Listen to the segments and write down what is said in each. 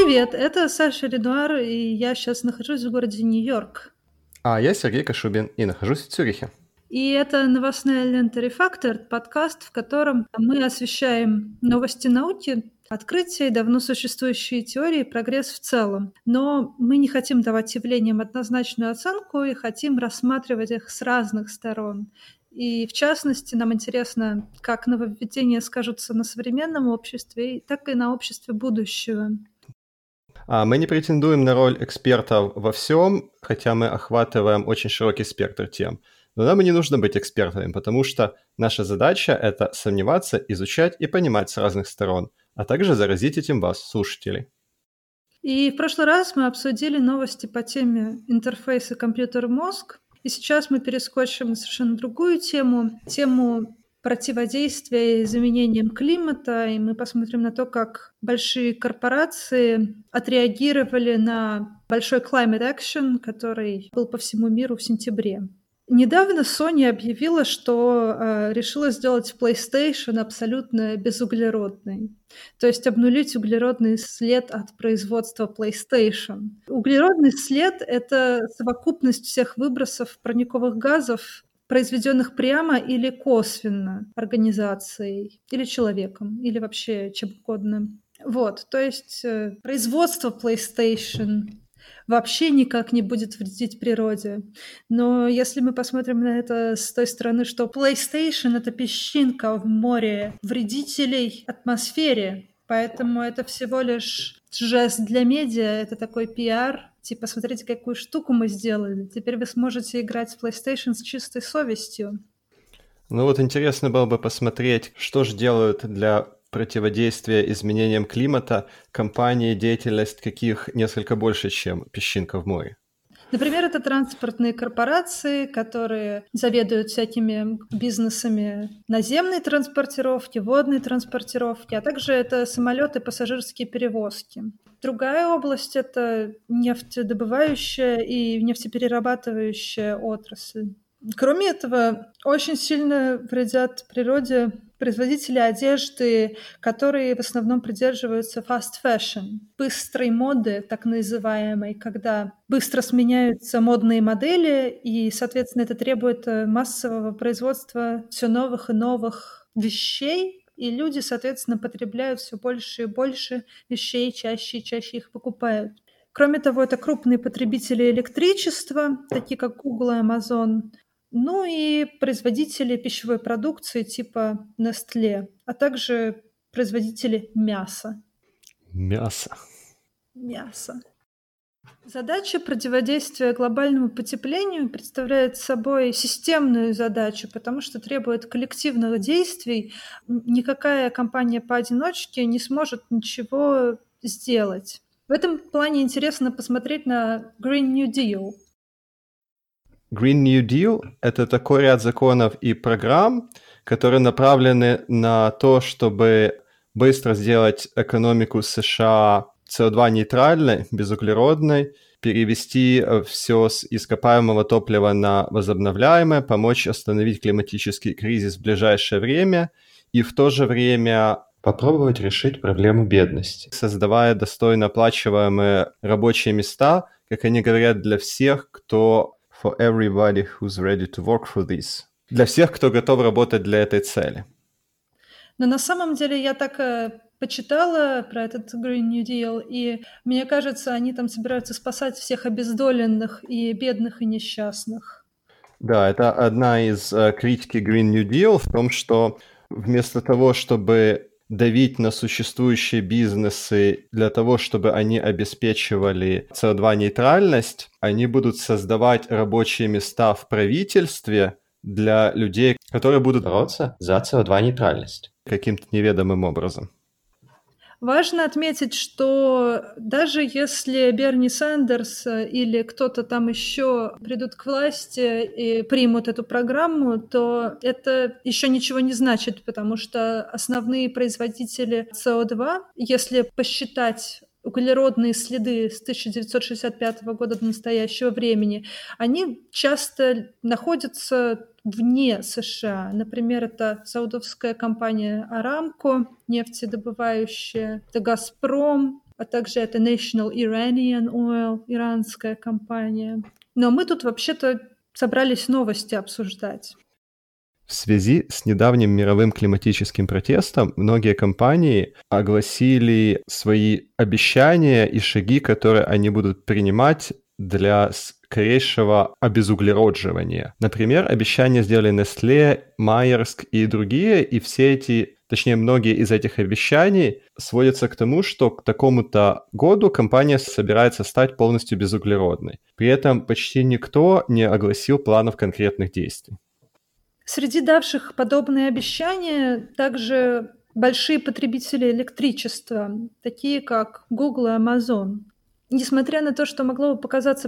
Привет, это Саша Ренуар, и я сейчас нахожусь в городе Нью-Йорк. А я Сергей Кашубин и нахожусь в Цюрихе. И это новостная лента «Рефактор», подкаст, в котором мы освещаем новости науки, открытия и давно существующие теории, прогресс в целом. Но мы не хотим давать явлениям однозначную оценку и хотим рассматривать их с разных сторон. И в частности, нам интересно, как нововведения скажутся на современном обществе, так и на обществе будущего. Мы не претендуем на роль экспертов во всем, хотя мы охватываем очень широкий спектр тем. Но нам и не нужно быть экспертами, потому что наша задача – это сомневаться, изучать и понимать с разных сторон, а также заразить этим вас, слушателей. И в прошлый раз мы обсудили новости по теме интерфейса компьютер-мозг, и сейчас мы перескочим на совершенно другую тему противодействия изменениям климата, и мы посмотрим на то, как большие корпорации отреагировали на большой climate action, который был по всему миру в сентябре. Недавно Sony объявила, что решила сделать PlayStation абсолютно безуглеродной. То есть обнулить углеродный след от производства PlayStation. Углеродный след — это совокупность всех выбросов парниковых газов, произведенных прямо или косвенно организацией, или человеком, или вообще чем угодно. Вот, то есть производство PlayStation вообще никак не будет вредить природе. Но если мы посмотрим на это с той стороны, что PlayStation — это песчинка в море вредителей атмосфере, поэтому это всего лишь жест для медиа, это такой пиар, типа, смотрите, какую штуку мы сделали, теперь вы сможете играть в PlayStation с чистой совестью. Ну вот интересно было бы посмотреть, что же делают для противодействия изменениям климата компании, деятельность каких несколько больше, чем песчинка в море. Например, это транспортные корпорации, которые заведуют всякими бизнесами наземной транспортировки, водной транспортировки, а также это самолеты, пассажирские перевозки. Другая область — это нефтедобывающая и нефтеперерабатывающая отрасль. Кроме этого, очень сильно вредят природе производители одежды, которые в основном придерживаются fast fashion, быстрой моды, так называемой, когда быстро сменяются модные модели, и, соответственно, это требует массового производства все новых и новых вещей, и люди, соответственно, потребляют все больше и больше вещей, чаще и чаще их покупают. Кроме того, это крупные потребители электричества, такие как Google и Amazon, ну и производители пищевой продукции типа Nestlé, а также производители мяса. Мясо. Мясо. Задача противодействия глобальному потеплению представляет собой системную задачу, потому что требует коллективных действий. Никакая компания поодиночке не сможет ничего сделать. В этом плане интересно посмотреть на Green New Deal. Green New Deal – это такой ряд законов и программ, которые направлены на то, чтобы быстро сделать экономику США CO2-нейтральной, безуглеродной, перевести все с ископаемого топлива на возобновляемое, помочь остановить климатический кризис в ближайшее время и в то же время попробовать решить проблему бедности, создавая достойно оплачиваемые рабочие места, как они говорят, для всех, кто for everybody who's ready to work for this. Для всех, кто готов работать для этой цели. Но на самом деле я так почитала про этот Green New Deal, и мне кажется, они там собираются спасать всех обездоленных и бедных и несчастных. Да, это одна из критики Green New Deal в том, что вместо того, чтобы давить на существующие бизнесы для того, чтобы они обеспечивали CO2-нейтральность, они будут создавать рабочие места в правительстве для людей, которые будут бороться за CO2-нейтральность каким-то неведомым образом. Важно отметить, что даже если Берни Сандерс или кто-то там еще придут к власти и примут эту программу, то это еще ничего не значит, потому что основные производители СО2, если посчитать углеродные следы с 1965 года до настоящего времени, они часто находятся вне США. Например, это саудовская компания Арамко, нефтедобывающая, это Газпром, а также это National Iranian Oil, иранская компания. Но мы тут вообще-то собрались новости обсуждать. В связи с недавним мировым климатическим протестом многие компании огласили свои обещания и шаги, которые они будут принимать для скорейшего обезуглеродживания. Например, обещания сделали Nestlé, Maersk и другие, и все эти, точнее, многие из этих обещаний сводятся к тому, что к такому-то году компания собирается стать полностью безуглеродной. При этом почти никто не огласил планов конкретных действий. Среди давших подобные обещания также большие потребители электричества, такие как Google и Amazon. Несмотря на то, что могло бы показаться,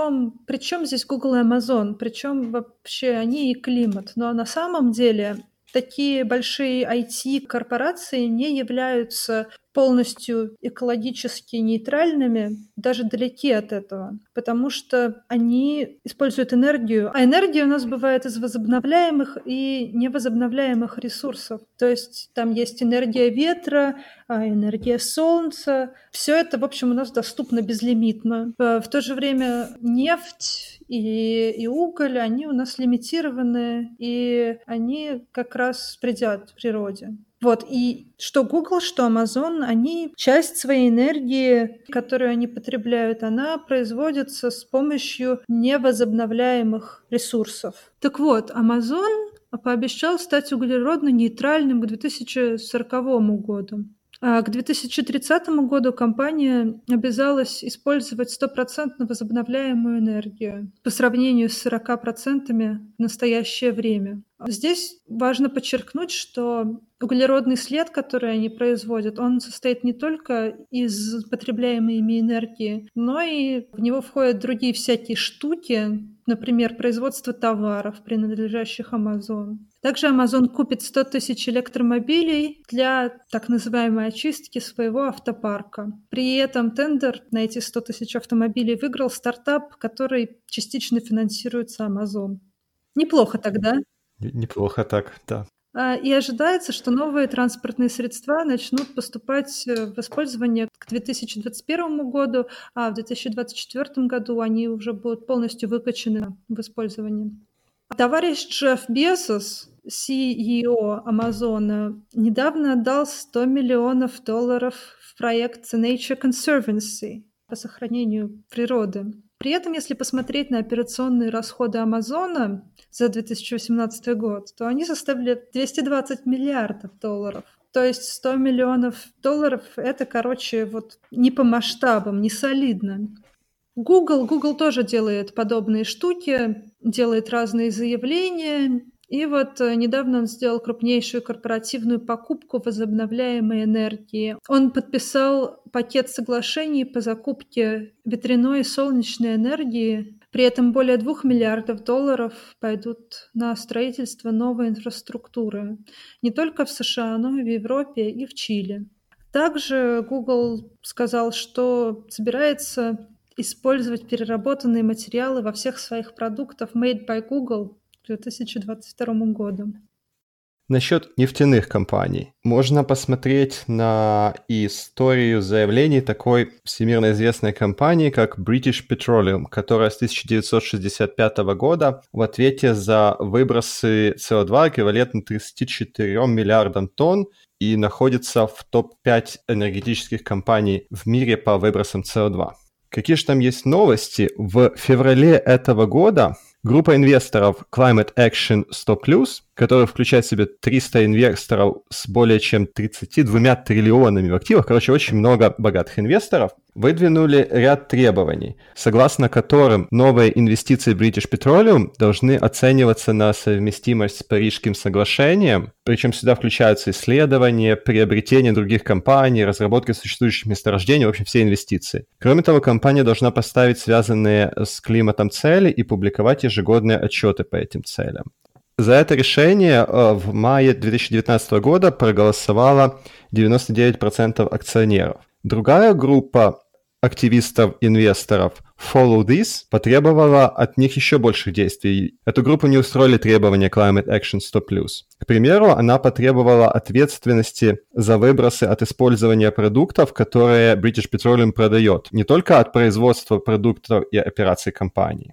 причем здесь Google и Amazon, причем вообще они и климат. Но на самом деле такие большие IT-корпорации не являются полностью экологически нейтральными, даже далеки от этого, потому что они используют энергию, а энергия у нас бывает из возобновляемых и невозобновляемых ресурсов. То есть там есть энергия ветра, энергия солнца. Все это, в общем, у нас доступно безлимитно. В то же время нефть и уголь, они у нас лимитированы, и они как раз вредят природе. Вот, и что Google, что Amazon, они часть своей энергии, которую они потребляют, она производится с помощью невозобновляемых ресурсов. Так вот, Amazon пообещал стать углеродно-нейтральным к 2040 году. А к 2030 году компания обязалась использовать 100% возобновляемую энергию по сравнению с 40% в настоящее время. Здесь важно подчеркнуть, что углеродный след, который они производят, он состоит не только из потребляемой ими энергии, но и в него входят другие всякие штуки, например, производство товаров, принадлежащих Amazon. Также Amazon купит 100 тысяч электромобилей для так называемой очистки своего автопарка. При этом тендер на эти 100 тысяч автомобилей выиграл стартап, который частично финансируется Amazon. Неплохо тогда. Неплохо так, да. И ожидается, что новые транспортные средства начнут поступать в использование к 2021 году, а в 2024 году они уже будут полностью выкачаны в использование. Товарищ Джефф Безос, CEO Амазона, недавно отдал $100 миллионов в проект The Nature Conservancy по сохранению природы. При этом, если посмотреть на операционные расходы Амазона за 2018 год, то они составили $220 миллиардов. То есть $100 миллионов — это, короче, вот не по масштабам, не солидно. Google тоже делает подобные штуки, делает разные заявления. И вот недавно он сделал крупнейшую корпоративную покупку возобновляемой энергии. Он подписал пакет соглашений по закупке ветряной и солнечной энергии. При этом более $2 миллиардов пойдут на строительство новой инфраструктуры. Не только в США, но и в Европе и в Чили. Также Google сказал, что собирается использовать переработанные материалы во всех своих продуктах Made by Google к 2022 году. Насчет нефтяных компаний. Можно посмотреть на историю заявлений такой всемирно известной компании, как British Petroleum, которая с 1965 года в ответе за выбросы СО2 эквивалентны 34 миллиардам тонн и находится в топ-5 энергетических компаний в мире по выбросам СО2. Какие же там есть новости? В феврале этого года группа инвесторов Climate Action 100+, которая включает в себя 300 инвесторов с более чем 32 триллионами в активах, короче, очень много богатых инвесторов, выдвинули ряд требований, согласно которым новые инвестиции British Petroleum должны оцениваться на совместимость с Парижским соглашением, причем сюда включаются исследования, приобретение других компаний, разработка существующих месторождений, в общем, все инвестиции. Кроме того, компания должна поставить связанные с климатом цели и публиковать ежегодные отчеты по этим целям. За это решение в мае 2019 года проголосовало 99% акционеров. Другая группа активистов, инвесторов Follow This потребовала от них еще больших действий. Эту группу не устроили требования Climate Action 100+. К примеру, она потребовала ответственности за выбросы от использования продуктов, которые British Petroleum продает, не только от производства продуктов и операций компании.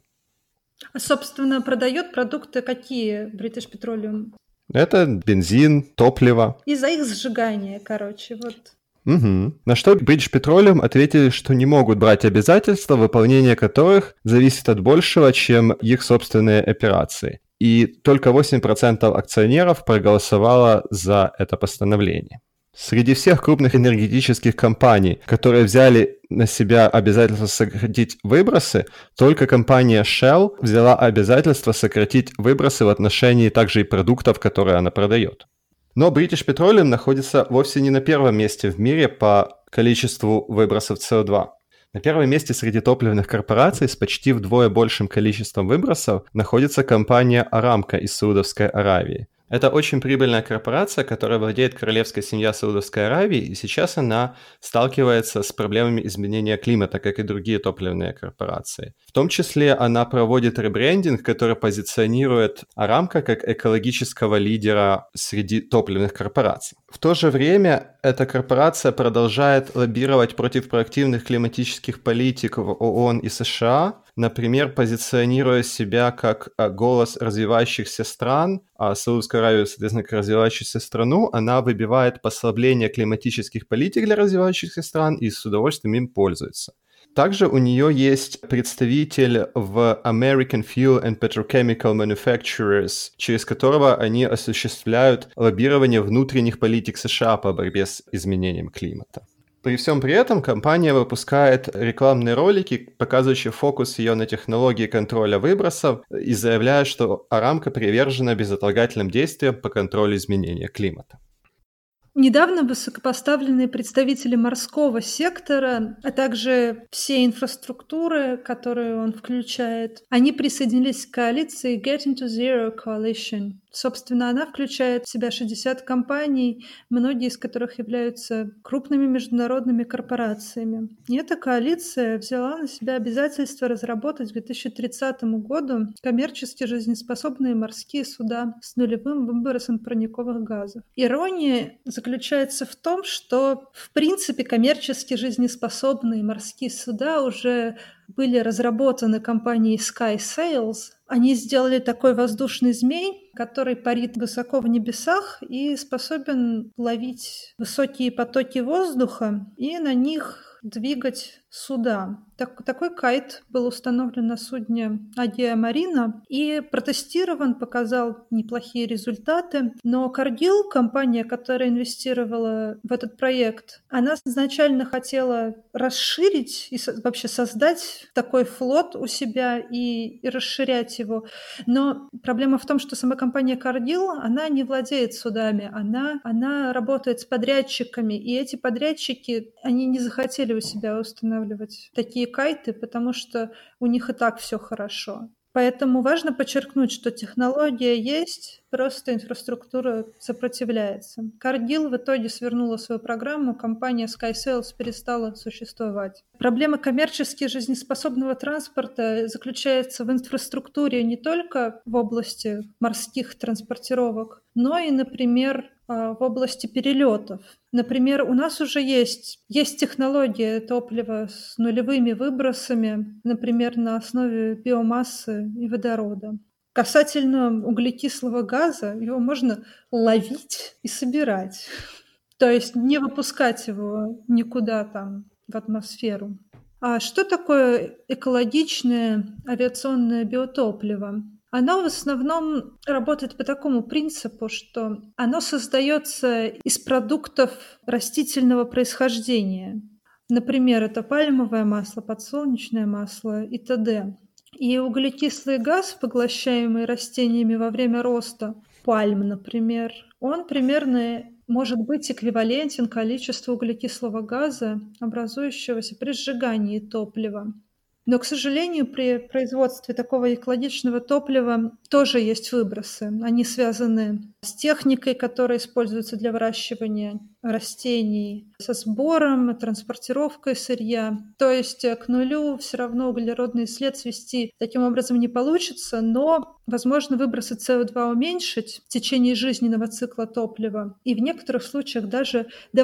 А, собственно, продает продукты какие British Petroleum? Это бензин, топливо. И за их сжигание, короче, вот. Угу. На что British Petroleum ответили, что не могут брать обязательства, выполнение которых зависит от большего, чем их собственные операции. И только 8% акционеров проголосовало за это постановление. Среди всех крупных энергетических компаний, которые взяли на себя обязательство сократить выбросы, только компания Shell взяла обязательство сократить выбросы в отношении также и продуктов, которые она продает. Но British Petroleum находится вовсе не на первом месте в мире по количеству выбросов СО2. На первом месте среди топливных корпораций с почти вдвое большим количеством выбросов находится компания Aramco из Саудовской Аравии. Это очень прибыльная корпорация, которой владеет королевская семья Саудовской Аравии, и сейчас она сталкивается с проблемами изменения климата, как и другие топливные корпорации. В том числе она проводит ребрендинг, который позиционирует Aramco как экологического лидера среди топливных корпораций. В то же время эта корпорация продолжает лоббировать против проактивных климатических политик в ООН и США, например, позиционируя себя как голос развивающихся стран, а Саудовская Аравия, соответственно, как развивающуюся страну, она выбивает послабление климатических политик для развивающихся стран и с удовольствием им пользуется. Также у нее есть представитель в American Fuel and Petrochemical Manufacturers, через которого они осуществляют лоббирование внутренних политик США по борьбе с изменением климата. При всем при этом компания выпускает рекламные ролики, показывающие фокус ее на технологии контроля выбросов, и заявляя, что Aramco привержена безотлагательным действиям по контролю изменения климата. Недавно высокопоставленные представители морского сектора, а также все инфраструктуры, которые он включает, они присоединились к коалиции Getting to Zero Coalition. Собственно, она включает в себя 60 компаний, многие из которых являются крупными международными корпорациями. И эта коалиция взяла на себя обязательство разработать к 2030 году коммерчески жизнеспособные морские суда с нулевым выбросом парниковых газов. Ирония заключается в том, что, в принципе, коммерчески жизнеспособные морские суда уже были разработаны компанией Sky Sails. Они сделали такой воздушный змей, который парит высоко в небесах и способен ловить высокие потоки воздуха и на них двигать суда. Такой кайт был установлен на судне Агия Марина и протестирован, показал неплохие результаты. Но Cargill, компания, которая инвестировала в этот проект, она изначально хотела расширить и вообще создать такой флот у себя и расширять его. Но проблема в том, что сама компания Cargill, она не владеет судами, она работает с подрядчиками, и эти подрядчики, они не захотели у себя устанавливать такие кайты, потому что у них и так все хорошо. Поэтому важно подчеркнуть, что технология есть, просто инфраструктура сопротивляется. Cargill в итоге свернула свою программу, компания SkySails перестала существовать. Проблема коммерчески жизнеспособного транспорта заключается в инфраструктуре не только в области морских транспортировок, но и, например, в области перелетов. Например, у нас уже есть технология топлива с нулевыми выбросами, например, на основе биомассы и водорода. Касательно углекислого газа, его можно ловить и собирать. То есть не выпускать его никуда там в атмосферу. А что такое экологичное авиационное биотопливо? Оно в основном работает по такому принципу, что оно создается из продуктов растительного происхождения. Например, это пальмовое масло, подсолнечное масло и т.д. И углекислый газ, поглощаемый растениями во время роста пальм, например, он примерно может быть эквивалентен количеству углекислого газа, образующегося при сжигании топлива. Но, к сожалению, при производстве такого экологичного топлива тоже есть выбросы. Они связаны с техникой, которая используется для выращивания растений, со сбором, транспортировкой сырья. То есть к нулю все равно углеродный след свести таким образом не получится, но возможно выбросы СО2 уменьшить в течение жизненного цикла топлива и в некоторых случаях даже до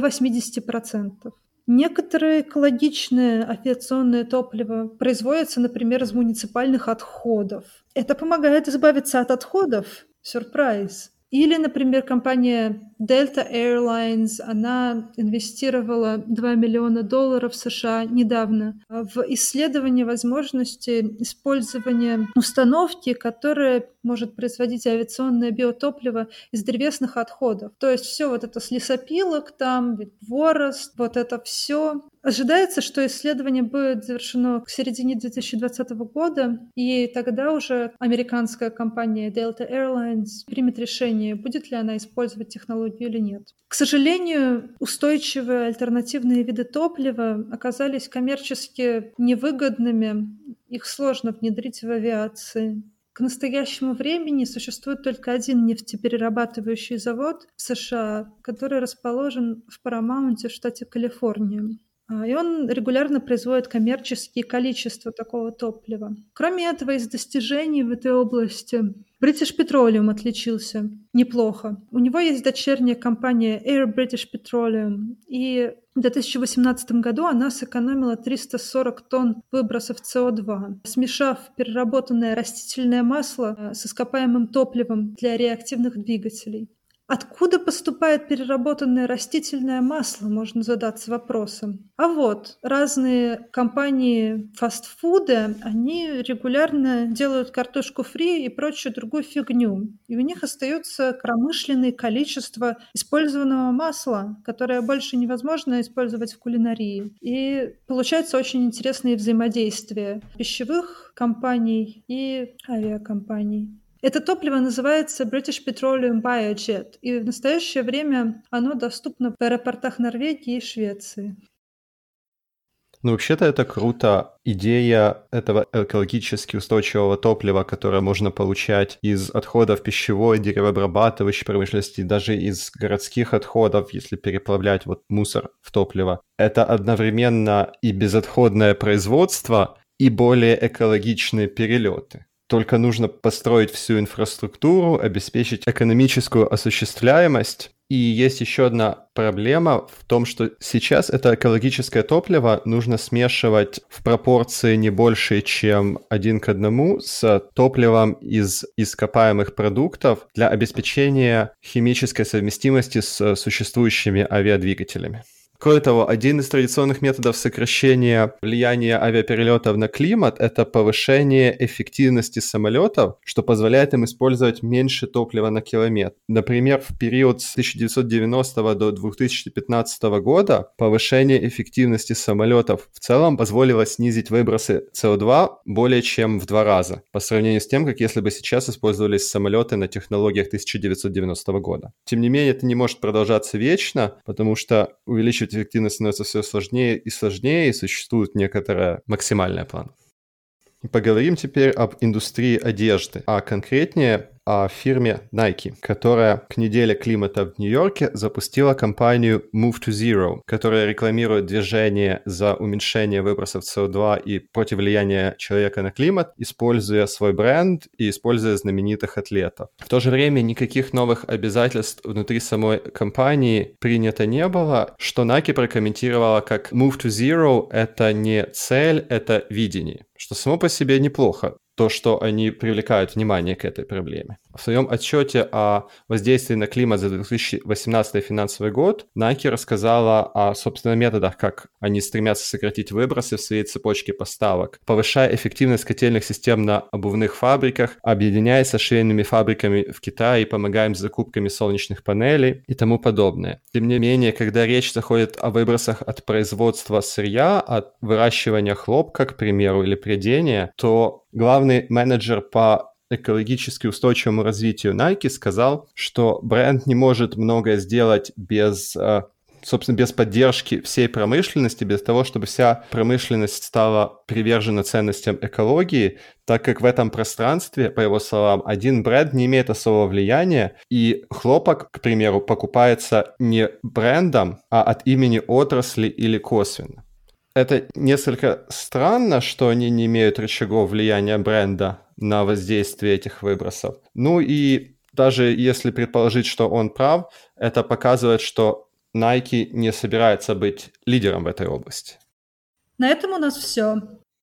80%. Некоторые экологичное авиационное топливо производятся, например, из муниципальных отходов. Это помогает избавиться от отходов. Сюрприз. Или, например, компания Delta Airlines, она инвестировала $2 миллиона в США недавно в исследование возможности использования установки, которая может производить авиационное биотопливо из древесных отходов. То есть все вот это с лесопилок там, хворост, вот это все. Ожидается, что исследование будет завершено к середине 2020 года, и тогда уже американская компания Delta Airlines примет решение, будет ли она использовать технологию или нет. К сожалению, устойчивые альтернативные виды топлива оказались коммерчески невыгодными, их сложно внедрить в авиации. К настоящему времени существует только один нефтеперерабатывающий завод в США, который расположен в Парамаунте в штате Калифорния. И он регулярно производит коммерческие количества такого топлива. Кроме этого, из достижений в этой области British Petroleum отличился неплохо. У него есть дочерняя компания Air British Petroleum, и в 2018 году она сэкономила 340 тонн выбросов СО2, смешав переработанное растительное масло с ископаемым топливом для реактивных двигателей. Откуда поступает переработанное растительное масло, можно задаться вопросом. А вот разные компании фастфуда, они регулярно делают картошку фри и прочую другую фигню. И у них остается промышленное количество использованного масла, которое больше невозможно использовать в кулинарии. И получается очень интересное взаимодействие пищевых компаний и авиакомпаний. Это топливо называется British Petroleum Biojet, и в настоящее время оно доступно в аэропортах Норвегии и Швеции. Ну, вообще-то это круто. Идея этого экологически устойчивого топлива, которое можно получать из отходов пищевой, деревообрабатывающей промышленности, даже из городских отходов, если переплавлять вот мусор в топливо. Это одновременно и безотходное производство, и более экологичные перелеты. Только нужно построить всю инфраструктуру, обеспечить экономическую осуществляемость. И есть еще одна проблема в том, что сейчас это экологическое топливо нужно смешивать в пропорции не больше, чем 1 к 1 с топливом из ископаемых продуктов для обеспечения химической совместимости с существующими авиадвигателями. Кроме того, один из традиционных методов сокращения влияния авиаперелетов на климат – это повышение эффективности самолетов, что позволяет им использовать меньше топлива на километр. Например, в период с 1990 до 2015 года повышение эффективности самолетов в целом позволило снизить выбросы СО2 более чем в 2 раза, по сравнению с тем, как если бы сейчас использовались самолеты на технологиях 1990 года. Тем не менее, это не может продолжаться вечно, потому что увеличивать эффективность становится все сложнее, и существует некоторая максимальная план. Поговорим теперь об индустрии одежды, а конкретнее о фирме Nike, которая к неделе климата в Нью-Йорке запустила кампанию Move to Zero, которая рекламирует движение за уменьшение выбросов СО2 и против влияния человека на климат, используя свой бренд и используя знаменитых атлетов. В то же время никаких новых обязательств внутри самой компании принято не было, что Nike прокомментировала как Move to Zero — это не цель, это видение, что само по себе неплохо. То, что они привлекают внимание к этой проблеме. В своем отчете о воздействии на климат за 2018 финансовый год Nike рассказала о, собственно, методах, как они стремятся сократить выбросы в своей цепочке поставок, повышая эффективность котельных систем на обувных фабриках, объединяясь со швейными фабриками в Китае и помогая им с закупками солнечных панелей и тому подобное. Тем не менее, когда речь заходит о выбросах от производства сырья, от выращивания хлопка, к примеру, или прядения, то главный менеджер по экологически устойчивому развитию Nike сказал, что бренд не может многое сделать без собственно, без поддержки всей промышленности, без того, чтобы вся промышленность стала привержена ценностям экологии, так как в этом пространстве, по его словам, один бренд не имеет особого влияния, и хлопок, к примеру, покупается не брендом, а от имени отрасли или косвенно. Это несколько странно, что они не имеют рычагов влияния бренда на воздействие этих выбросов. Ну и даже если предположить, что он прав, это показывает, что Nike не собирается быть лидером в этой области. На этом у нас все.